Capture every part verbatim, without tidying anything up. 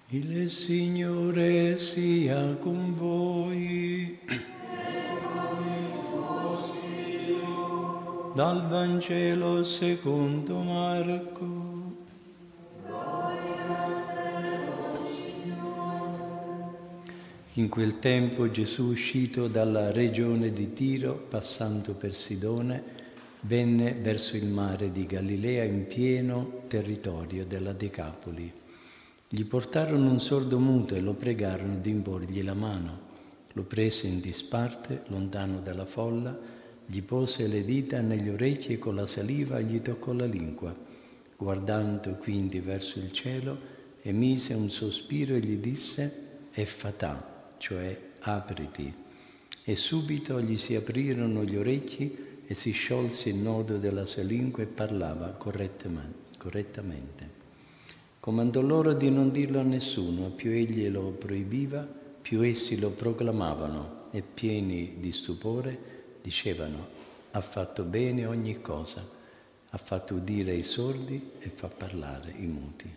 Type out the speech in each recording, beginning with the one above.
Il Signore sia con voi. Dal Vangelo secondo Marco. In quel tempo Gesù, uscito dalla regione di Tiro, passando per Sidone, venne verso il mare di Galilea in pieno territorio della Decapoli. Gli portarono un sordomuto e lo pregarono di imporgli la mano. Lo prese in disparte, lontano dalla folla, gli pose le dita negli orecchi e con la saliva gli toccò la lingua. Guardando quindi verso il cielo, emise un sospiro e gli disse: Effatà, cioè apriti. E subito gli si aprirono gli orecchi e si sciolse il nodo della sua lingua e parlava correttamente. Comandò loro di non dirlo a nessuno, più egli lo proibiva, più essi lo proclamavano e pieni di stupore dicevano: ha fatto bene ogni cosa, ha fatto udire i sordi e fa parlare i muti.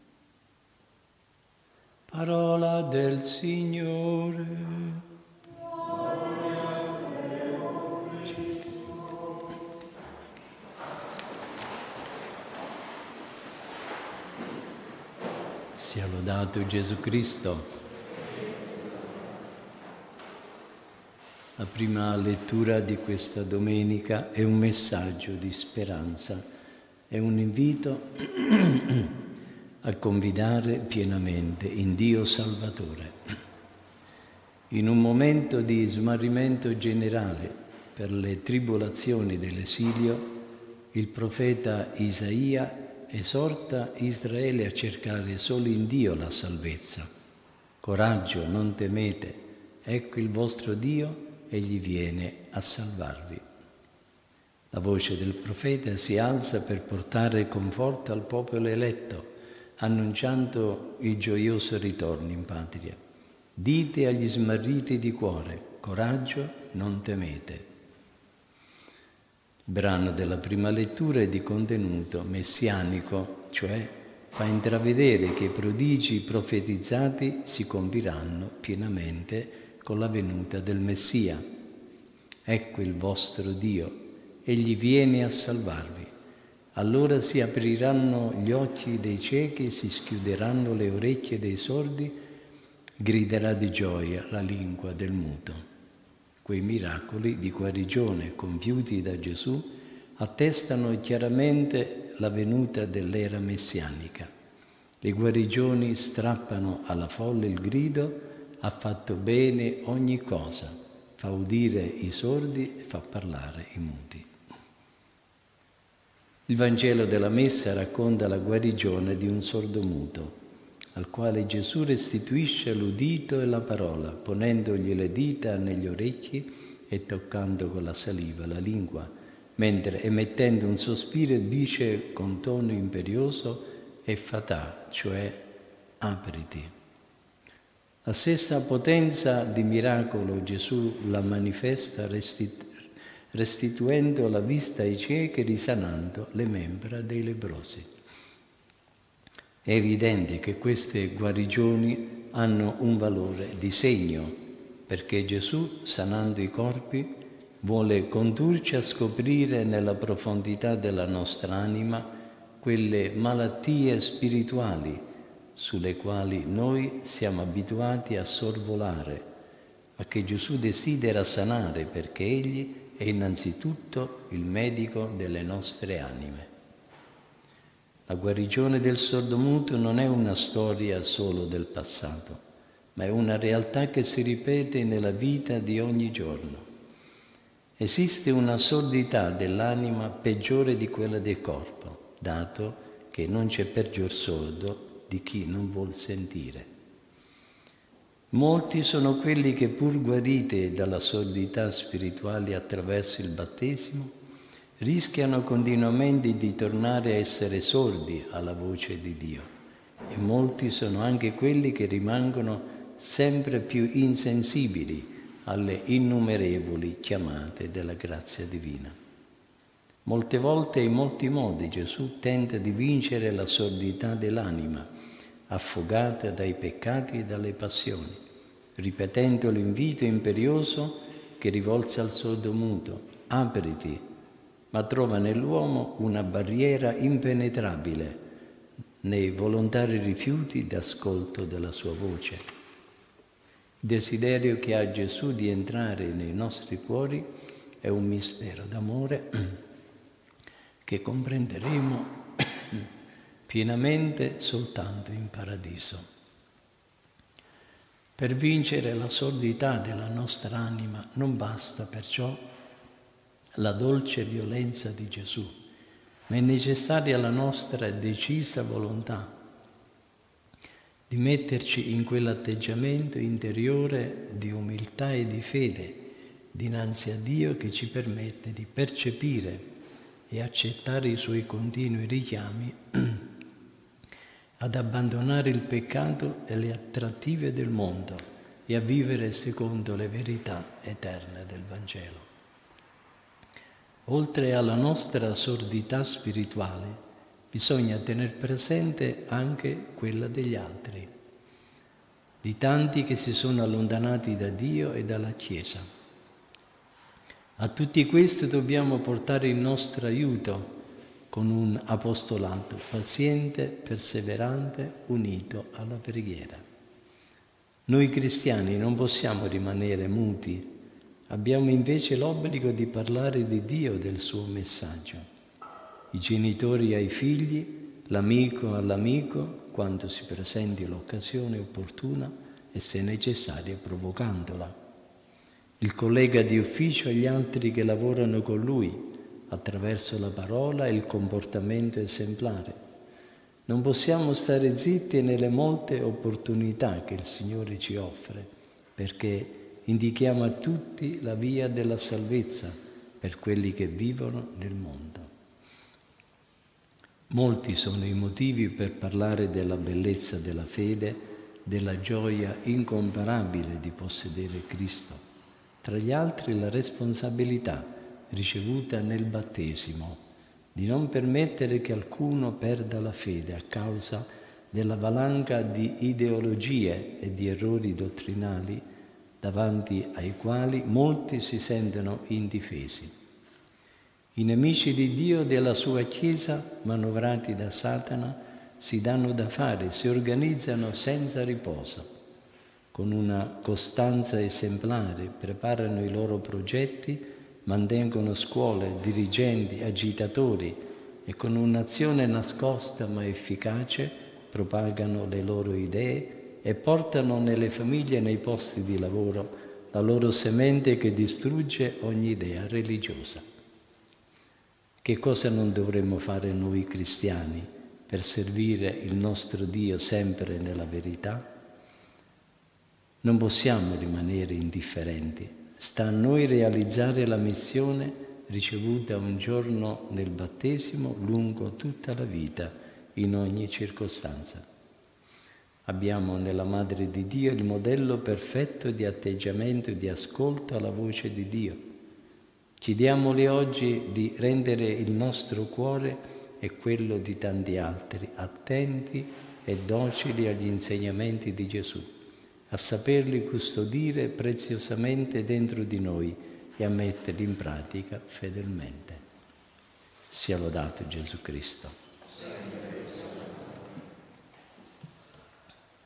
Parola del Signore. Sia lodato Gesù Cristo. La prima lettura di questa domenica è un messaggio di speranza, è un invito a confidare pienamente in Dio Salvatore. In un momento di smarrimento generale per le tribolazioni dell'esilio, il profeta Isaia esorta Israele a cercare solo in Dio la salvezza. Coraggio, non temete, ecco il vostro Dio, egli viene a salvarvi. La voce del profeta si alza per portare conforto al popolo eletto, annunciando il gioioso ritorno in patria. Dite agli smarriti di cuore: coraggio, non temete. Il brano della prima lettura è di contenuto messianico, cioè fa intravedere che i prodigi profetizzati si compiranno pienamente con la venuta del Messia. Ecco il vostro Dio, egli viene a salvarvi. Allora si apriranno gli occhi dei ciechi, si schiuderanno le orecchie dei sordi, griderà di gioia la lingua del muto. Quei miracoli di guarigione compiuti da Gesù attestano chiaramente la venuta dell'era messianica. Le guarigioni strappano alla folla il grido: ha fatto bene ogni cosa, fa udire i sordi e fa parlare i muti. Il Vangelo della Messa racconta la guarigione di un sordomuto, al quale Gesù restituisce l'udito e la parola, ponendogli le dita negli orecchi e toccando con la saliva la lingua, mentre emettendo un sospiro dice con tono imperioso: effatà, cioè apriti. La stessa potenza di miracolo Gesù la manifesta restitu- restituendo la vista ai ciechi e risanando le membra dei leprosi. È evidente che queste guarigioni hanno un valore di segno, perché Gesù, sanando i corpi, vuole condurci a scoprire nella profondità della nostra anima quelle malattie spirituali sulle quali noi siamo abituati a sorvolare, ma che Gesù desidera sanare, perché Egli è innanzitutto il medico delle nostre anime. La guarigione del sordomuto non è una storia solo del passato, ma è una realtà che si ripete nella vita di ogni giorno. Esiste una sordità dell'anima peggiore di quella del corpo, dato che non c'è peggior sordo di chi non vuol sentire. Molti sono quelli che, pur guariti dalla sordità spirituale attraverso il battesimo, rischiano continuamente di tornare a essere sordi alla voce di Dio. E molti sono anche quelli che rimangono sempre più insensibili alle innumerevoli chiamate della grazia divina. Molte volte e in molti modi Gesù tenta di vincere la sordità dell'anima, affogata dai peccati e dalle passioni, ripetendo l'invito imperioso che rivolse al sordomuto: apriti, ma trova nell'uomo una barriera impenetrabile nei volontari rifiuti d'ascolto della sua voce. Il desiderio che ha Gesù di entrare nei nostri cuori è un mistero d'amore che comprenderemo pienamente soltanto in paradiso. Per vincere la sordità della nostra anima non basta perciò la dolce violenza di Gesù, ma è necessaria la nostra decisa volontà di metterci in quell'atteggiamento interiore di umiltà e di fede dinanzi a Dio che ci permette di percepire e accettare i Suoi continui richiami ad abbandonare il peccato e le attrattive del mondo e a vivere secondo le verità eterne del Vangelo. Oltre alla nostra sordità spirituale, bisogna tener presente anche quella degli altri, di tanti che si sono allontanati da Dio e dalla Chiesa. A tutti questi dobbiamo portare il nostro aiuto con un apostolato paziente, perseverante, unito alla preghiera. Noi cristiani non possiamo rimanere muti, abbiamo invece l'obbligo di parlare di Dio e del suo messaggio. I genitori ai figli, l'amico all'amico, quando si presenti l'occasione opportuna e se necessaria provocandola. Il collega di ufficio agli altri che lavorano con lui, attraverso la parola e il comportamento esemplare. Non possiamo stare zitti nelle molte opportunità che il Signore ci offre, perché indichiamo a tutti la via della salvezza per quelli che vivono nel mondo. Molti sono i motivi per parlare della bellezza della fede, della gioia incomparabile di possedere Cristo. Tra gli altri la responsabilità ricevuta nel battesimo di non permettere che alcuno perda la fede a causa della valanga di ideologie e di errori dottrinali davanti ai quali molti si sentono indifesi. I nemici di Dio e della sua Chiesa, manovrati da Satana, si danno da fare, si organizzano senza riposo. Con una costanza esemplare preparano i loro progetti, mantengono scuole, dirigenti, agitatori e con un'azione nascosta ma efficace propagano le loro idee e portano nelle famiglie e nei posti di lavoro la loro semente che distrugge ogni idea religiosa. Che cosa non dovremmo fare noi cristiani per servire il nostro Dio sempre nella verità? Non possiamo rimanere indifferenti. Sta a noi realizzare la missione ricevuta un giorno nel battesimo lungo tutta la vita, in ogni circostanza. Abbiamo nella Madre di Dio il modello perfetto di atteggiamento e di ascolto alla voce di Dio. Chiediamole oggi di rendere il nostro cuore e quello di tanti altri attenti e docili agli insegnamenti di Gesù, a saperli custodire preziosamente dentro di noi e a metterli in pratica fedelmente. Sia lodato Gesù Cristo.